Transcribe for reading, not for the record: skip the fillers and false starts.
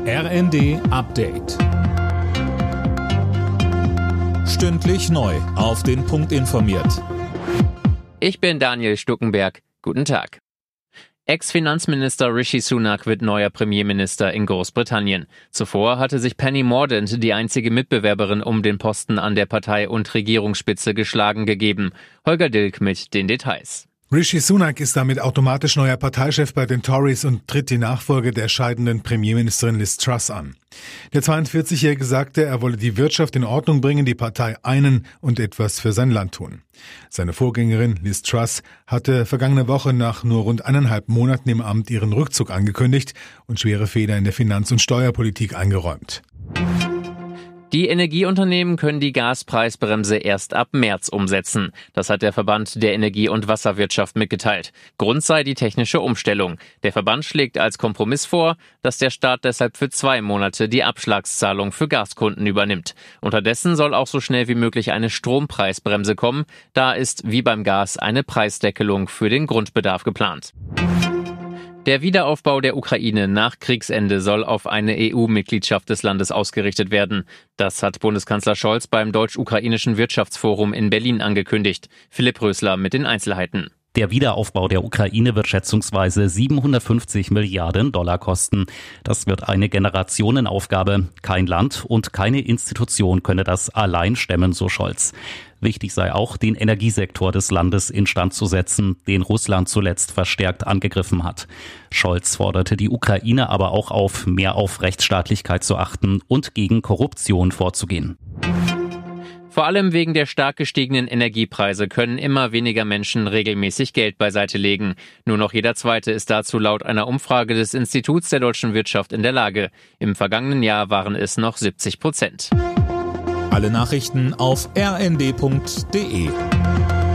RND Update. Stündlich neu auf den Punkt informiert. Ich bin Daniel Stuckenberg. Guten Tag. Ex-Finanzminister Rishi Sunak wird neuer Premierminister in Großbritannien. Zuvor hatte sich Penny Mordaunt, die einzige Mitbewerberin um den Posten an der Partei- und Regierungsspitze, geschlagen gegeben. Holger Dilk mit den Details. Rishi Sunak ist damit automatisch neuer Parteichef bei den Tories und tritt die Nachfolge der scheidenden Premierministerin Liz Truss an. Der 42-Jährige sagte, er wolle die Wirtschaft in Ordnung bringen, die Partei einen und etwas für sein Land tun. Seine Vorgängerin Liz Truss hatte vergangene Woche nach nur rund 1,5 Monaten im Amt ihren Rückzug angekündigt und schwere Fehler in der Finanz- und Steuerpolitik eingeräumt. Die Energieunternehmen können die Gaspreisbremse erst ab März umsetzen. Das hat der Verband der Energie- und Wasserwirtschaft mitgeteilt. Grund sei die technische Umstellung. Der Verband schlägt als Kompromiss vor, dass der Staat deshalb für 2 Monate die Abschlagszahlung für Gaskunden übernimmt. Unterdessen soll auch so schnell wie möglich eine Strompreisbremse kommen. Da ist wie beim Gas eine Preisdeckelung für den Grundbedarf geplant. Der Wiederaufbau der Ukraine nach Kriegsende soll auf eine EU-Mitgliedschaft des Landes ausgerichtet werden. Das hat Bundeskanzler Scholz beim Deutsch-Ukrainischen Wirtschaftsforum in Berlin angekündigt. Philipp Rösler mit den Einzelheiten. Der Wiederaufbau der Ukraine wird schätzungsweise 750 Milliarden Dollar kosten. Das wird eine Generationenaufgabe. Kein Land und keine Institution könne das allein stemmen, so Scholz. Wichtig sei auch, den Energiesektor des Landes instand zu setzen, den Russland zuletzt verstärkt angegriffen hat. Scholz forderte die Ukraine aber auch auf, mehr auf Rechtsstaatlichkeit zu achten und gegen Korruption vorzugehen. Vor allem wegen der stark gestiegenen Energiepreise können immer weniger Menschen regelmäßig Geld beiseite legen. Nur noch jeder Zweite ist dazu laut einer Umfrage des Instituts der deutschen Wirtschaft in der Lage. Im vergangenen Jahr waren es noch 70%. Alle Nachrichten auf rnd.de.